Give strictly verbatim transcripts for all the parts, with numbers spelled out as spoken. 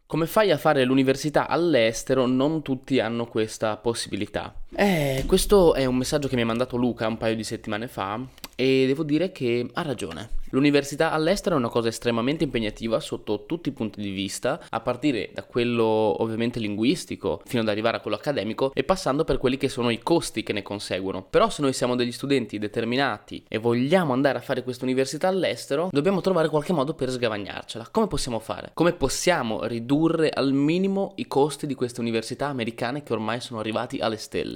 Come fai a fare l'università all'estero? Non tutti hanno questa possibilità. Eh, questo è un messaggio che mi ha mandato Luca un paio di settimane fa e devo dire che ha ragione. L'università all'estero è una cosa estremamente impegnativa sotto tutti i punti di vista, a partire da quello ovviamente linguistico fino ad arrivare a quello accademico e passando per quelli che sono i costi che ne conseguono. Però se noi siamo degli studenti determinati e vogliamo andare a fare questa università all'estero, dobbiamo trovare qualche modo per sgavagnarcela. Come possiamo fare? Come possiamo ridurre al minimo i costi di queste università americane che ormai sono arrivati alle stelle?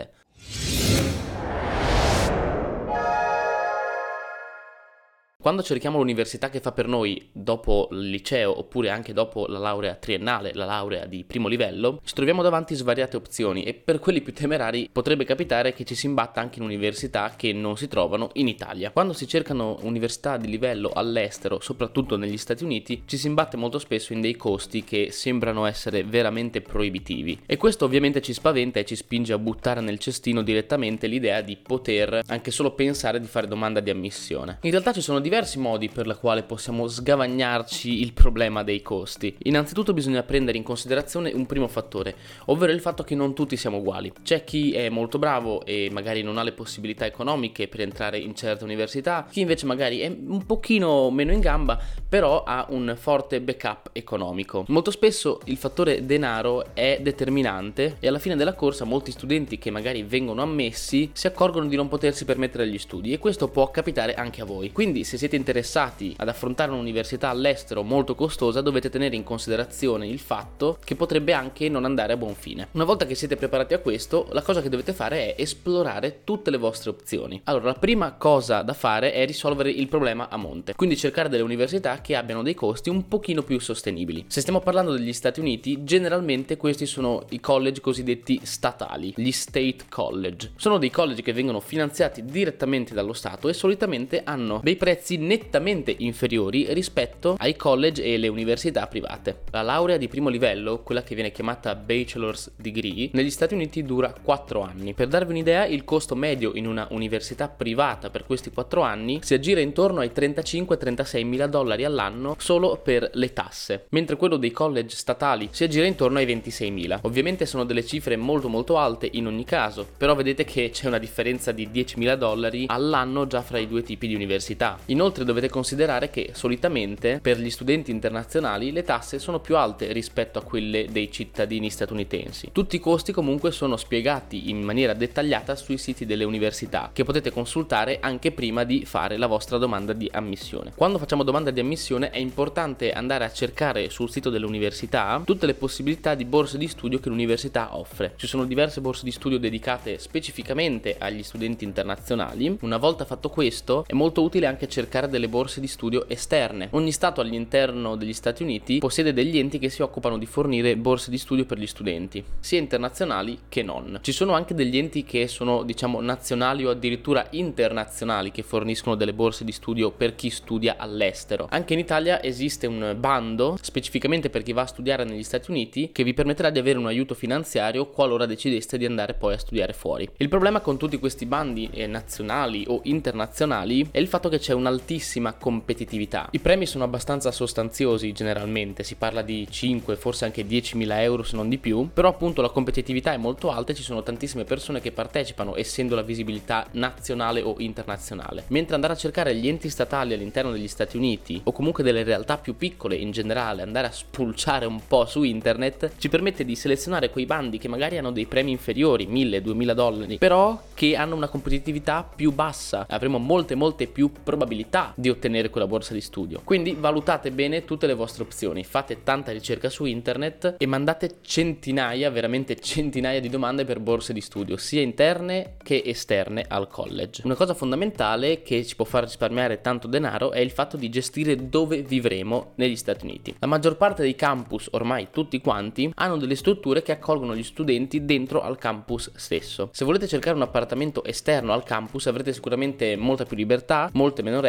Quando cerchiamo l'università che fa per noi dopo il liceo oppure anche dopo la laurea triennale, la laurea di primo livello, ci troviamo davanti svariate opzioni e per quelli più temerari potrebbe capitare che ci si imbatta anche in università che non si trovano in Italia. Quando si cercano università di livello all'estero, soprattutto negli Stati Uniti, ci si imbatte molto spesso in dei costi che sembrano essere veramente proibitivi e questo ovviamente ci spaventa e ci spinge a buttare nel cestino direttamente l'idea di poter anche solo pensare di fare domanda di ammissione. In realtà ci sono diversi diversi modi per la quale possiamo sgavagnarci il problema dei costi. Innanzitutto bisogna prendere in considerazione un primo fattore, ovvero il fatto che non tutti siamo uguali. C'è chi è molto bravo e magari non ha le possibilità economiche per entrare in certe università, chi invece magari è un pochino meno in gamba, però ha un forte backup economico. Molto spesso il fattore denaro è determinante e alla fine della corsa molti studenti che magari vengono ammessi si accorgono di non potersi permettere gli studi e questo può capitare anche a voi. Quindi se siete interessati ad affrontare un'università all'estero molto costosa, dovete tenere in considerazione il fatto che potrebbe anche non andare a buon fine. Una volta che siete preparati a questo, la cosa che dovete fare è esplorare tutte le vostre opzioni. Allora, la prima cosa da fare è risolvere il problema a monte, quindi cercare delle università che abbiano dei costi un pochino più sostenibili. Se stiamo parlando degli Stati Uniti, generalmente questi sono i college cosiddetti statali, gli state college. Sono dei college che vengono finanziati direttamente dallo Stato e solitamente hanno dei prezzi nettamente inferiori rispetto ai college e le università private. La laurea di primo livello, quella che viene chiamata bachelor's degree, negli Stati Uniti dura quattro anni. Per darvi un'idea, il costo medio in una università privata per questi quattro anni si aggira intorno ai trentacinque trentasei mila dollari all'anno solo per le tasse, mentre quello dei college statali si aggira intorno ai ventisei mila. Ovviamente sono delle cifre molto molto alte in ogni caso, però vedete che c'è una differenza di diecimila dollari all'anno già fra i due tipi di università. Inoltre dovete considerare che solitamente per gli studenti internazionali le tasse sono più alte rispetto a quelle dei cittadini statunitensi. Tutti i costi comunque sono spiegati in maniera dettagliata sui siti delle università che potete consultare anche prima di fare la vostra domanda di ammissione. Quando facciamo domanda di ammissione è importante andare a cercare sul sito dell'università tutte le possibilità di borse di studio che l'università offre. Ci sono diverse borse di studio dedicate specificamente agli studenti internazionali. Una volta fatto questo è molto utile anche cercare delle borse di studio esterne. Ogni stato all'interno degli Stati Uniti possiede degli enti che si occupano di fornire borse di studio per gli studenti, sia internazionali che non. Ci sono anche degli enti che sono, diciamo, nazionali o addirittura internazionali che forniscono delle borse di studio per chi studia all'estero. Anche in Italia esiste un bando specificamente per chi va a studiare negli Stati Uniti che vi permetterà di avere un aiuto finanziario qualora decideste di andare poi a studiare fuori. Il problema con tutti questi bandi eh, nazionali o internazionali è il fatto che c'è un'altissima competitività. I premi sono abbastanza sostanziosi generalmente, si parla di cinque, forse anche diecimila euro se non di più, però appunto la competitività è molto alta e ci sono tantissime persone che partecipano essendo la visibilità nazionale o internazionale. Mentre andare a cercare gli enti statali all'interno degli Stati Uniti o comunque delle realtà più piccole in generale, andare a spulciare un po' su internet, ci permette di selezionare quei bandi che magari hanno dei premi inferiori, mille duemila dollari, però che hanno una competitività più bassa. Avremo molte molte più probabilità di ottenere quella borsa di studio. Quindi valutate bene tutte le vostre opzioni, fate tanta ricerca su internet e mandate centinaia, veramente centinaia di domande per borse di studio, sia interne che esterne al college. Una cosa fondamentale che ci può far risparmiare tanto denaro è il fatto di gestire dove vivremo negli Stati Uniti. La maggior parte dei campus, ormai tutti quanti, hanno delle strutture che accolgono gli studenti dentro al campus stesso. Se volete cercare un appartamento esterno al campus avrete sicuramente molta più libertà, molte meno regole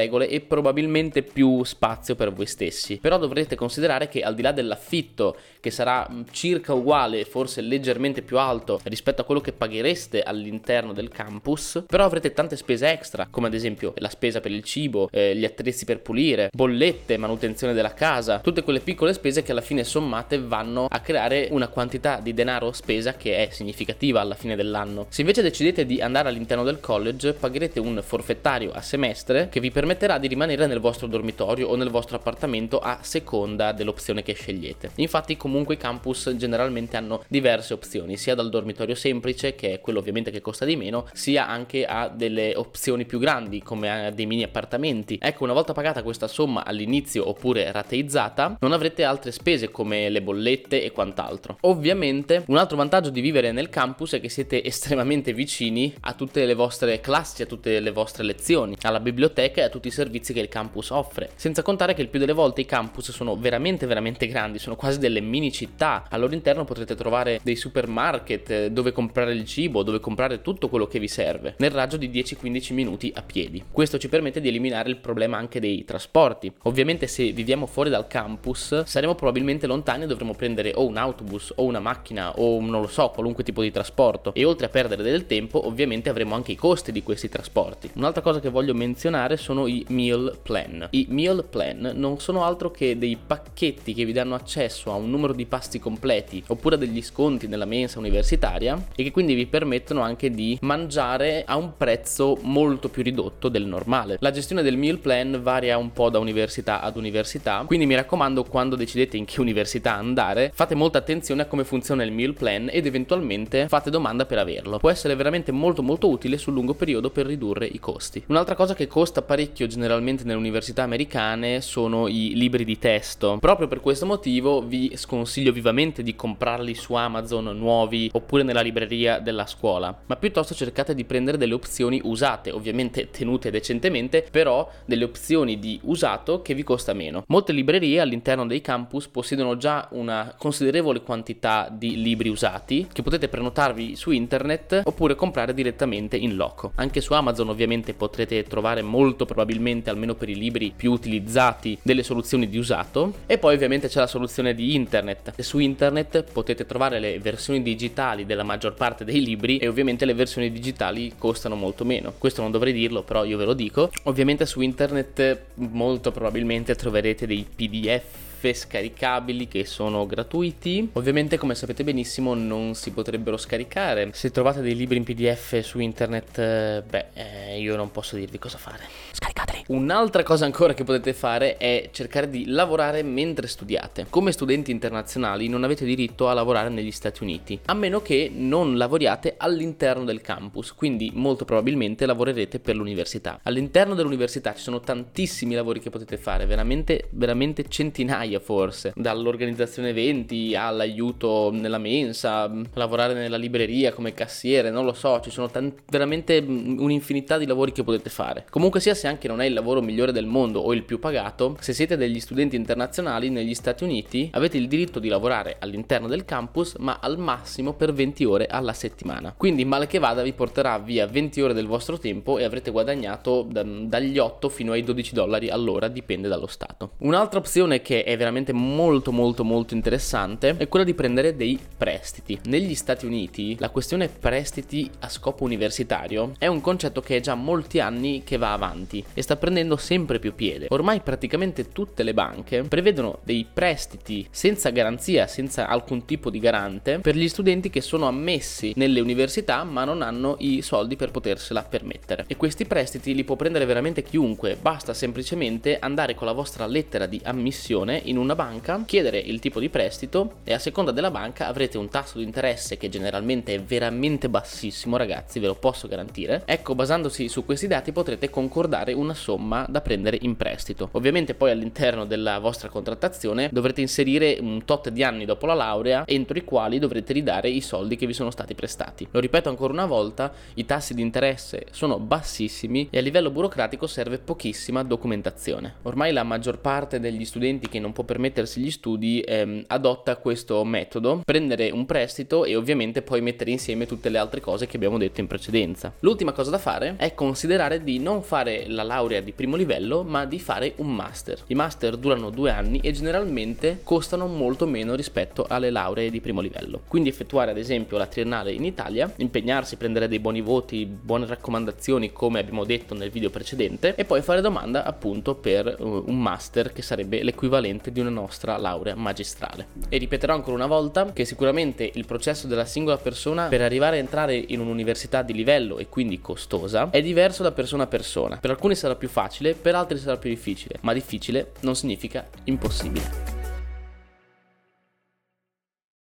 regole e probabilmente più spazio per voi stessi. Però dovrete considerare che al di là dell'affitto, che sarà circa uguale, forse leggermente più alto rispetto a quello che paghereste all'interno del campus, però avrete tante spese extra, come ad esempio la spesa per il cibo, eh, gli attrezzi per pulire, bollette, manutenzione della casa, tutte quelle piccole spese che alla fine sommate vanno a creare una quantità di denaro spesa che è significativa alla fine dell'anno. Se invece decidete di andare all'interno del college, pagherete un forfettario a semestre che vi permetterà di rimanere nel vostro dormitorio o nel vostro appartamento a seconda dell'opzione che scegliete. Infatti comunque i campus generalmente hanno diverse opzioni, sia dal dormitorio semplice, che è quello ovviamente che costa di meno, sia anche a delle opzioni più grandi come a dei mini appartamenti. Ecco, una volta pagata questa somma all'inizio oppure rateizzata, non avrete altre spese come le bollette e quant'altro. Ovviamente un altro vantaggio di vivere nel campus è che siete estremamente vicini a tutte le vostre classi, a tutte le vostre lezioni, alla biblioteca e a tutti i servizi che il campus offre, senza contare che il più delle volte i campus sono veramente veramente grandi, sono quasi delle mini città. Al loro interno potrete trovare dei supermarket dove comprare il cibo, dove comprare tutto quello che vi serve nel raggio di dieci quindici minuti a piedi. Questo ci permette di eliminare il problema anche dei trasporti. Ovviamente se viviamo fuori dal campus saremo probabilmente lontani e dovremo prendere o un autobus o una macchina o non lo so, qualunque tipo di trasporto, e oltre a perdere del tempo ovviamente avremo anche i costi di questi trasporti. Un'altra cosa che voglio menzionare sono i meal plan. I meal plan non sono altro che dei pacchetti che vi danno accesso a un numero di pasti completi oppure degli sconti nella mensa universitaria e che quindi vi permettono anche di mangiare a un prezzo molto più ridotto del normale. La gestione del meal plan varia un po' da università ad università, quindi mi raccomando, quando decidete in che università andare, fate molta attenzione a come funziona il meal plan ed eventualmente fate domanda per averlo. Può essere veramente molto molto utile sul lungo periodo per ridurre i costi. Un'altra cosa che costa parecchio generalmente nelle università americane sono i libri di testo. Proprio per questo motivo vi sconsiglio vivamente di comprarli su Amazon nuovi oppure nella libreria della scuola, ma piuttosto cercate di prendere delle opzioni usate, ovviamente tenute decentemente, però delle opzioni di usato che vi costa meno. Molte librerie all'interno dei campus possiedono già una considerevole quantità di libri usati che potete prenotarvi su internet oppure comprare direttamente in loco. Anche su Amazon ovviamente potrete trovare molto probabilmente, almeno per i libri più utilizzati, delle soluzioni di usato. E poi ovviamente c'è la soluzione di internet, e su internet potete trovare le versioni digitali della maggior parte dei libri e ovviamente le versioni digitali costano molto meno. Questo non dovrei dirlo, però io ve lo dico. Ovviamente su internet molto probabilmente troverete dei P D F scaricabili che sono gratuiti. Ovviamente, come sapete benissimo, non si potrebbero scaricare. Se trovate dei libri in P D F su internet, beh, eh, io non posso dirvi cosa fare. Scaricateli. Un'altra cosa ancora che potete fare è cercare di lavorare mentre studiate. Come studenti internazionali non avete diritto a lavorare negli Stati Uniti, a meno che non lavoriate all'interno del campus, quindi molto probabilmente lavorerete per l'università. All'interno dell'università ci sono tantissimi lavori che potete fare, veramente veramente centinaia forse, dall'organizzazione eventi all'aiuto nella mensa, lavorare nella libreria come cassiere, non lo so, ci sono tant- veramente un'infinità di lavori che potete fare. Comunque sia, se anche non è il lavoro migliore del mondo o il più pagato, se siete degli studenti internazionali negli Stati Uniti avete il diritto di lavorare all'interno del campus, ma al massimo per venti ore alla settimana. Quindi male che vada vi porterà via venti ore del vostro tempo e avrete guadagnato da- dagli otto fino ai dodici dollari all'ora, dipende dallo stato. Un'altra opzione che è veramente molto molto molto interessante è quella di prendere dei prestiti. Negli Stati Uniti la questione prestiti a scopo universitario è un concetto che è già molti anni che va avanti e sta prendendo sempre più piede. Ormai praticamente tutte le banche prevedono dei prestiti senza garanzia, senza alcun tipo di garante, per gli studenti che sono ammessi nelle università ma non hanno i soldi per potersela permettere. E questi prestiti li può prendere veramente chiunque, basta semplicemente andare con la vostra lettera di ammissione in una banca, chiedere il tipo di prestito e a seconda della banca avrete un tasso di interesse che generalmente è veramente bassissimo, ragazzi, ve lo posso garantire. Ecco, basandosi su questi dati potrete concordare una somma da prendere in prestito. Ovviamente poi all'interno della vostra contrattazione dovrete inserire un tot di anni dopo la laurea entro i quali dovrete ridare i soldi che vi sono stati prestati. Lo ripeto ancora una volta, i tassi di interesse sono bassissimi e a livello burocratico serve pochissima documentazione. Ormai la maggior parte degli studenti che non può permettersi gli studi ehm, adotta questo metodo: prendere un prestito e ovviamente poi mettere insieme tutte le altre cose che abbiamo detto in precedenza. L'ultima cosa da fare è considerare di non fare la laurea di primo livello, ma di fare un master. I master durano due anni e generalmente costano molto meno rispetto alle lauree di primo livello. Quindi effettuare ad esempio la triennale in Italia, impegnarsi, prendere dei buoni voti, buone raccomandazioni come abbiamo detto nel video precedente, e poi fare domanda appunto per uh, un master che sarebbe l'equivalente di una nostra laurea magistrale. E ripeterò ancora una volta che sicuramente il processo della singola persona per arrivare a entrare in un'università di livello e quindi costosa è diverso da persona a persona. Per alcuni sarà più facile, per altri sarà più difficile, ma difficile non significa impossibile.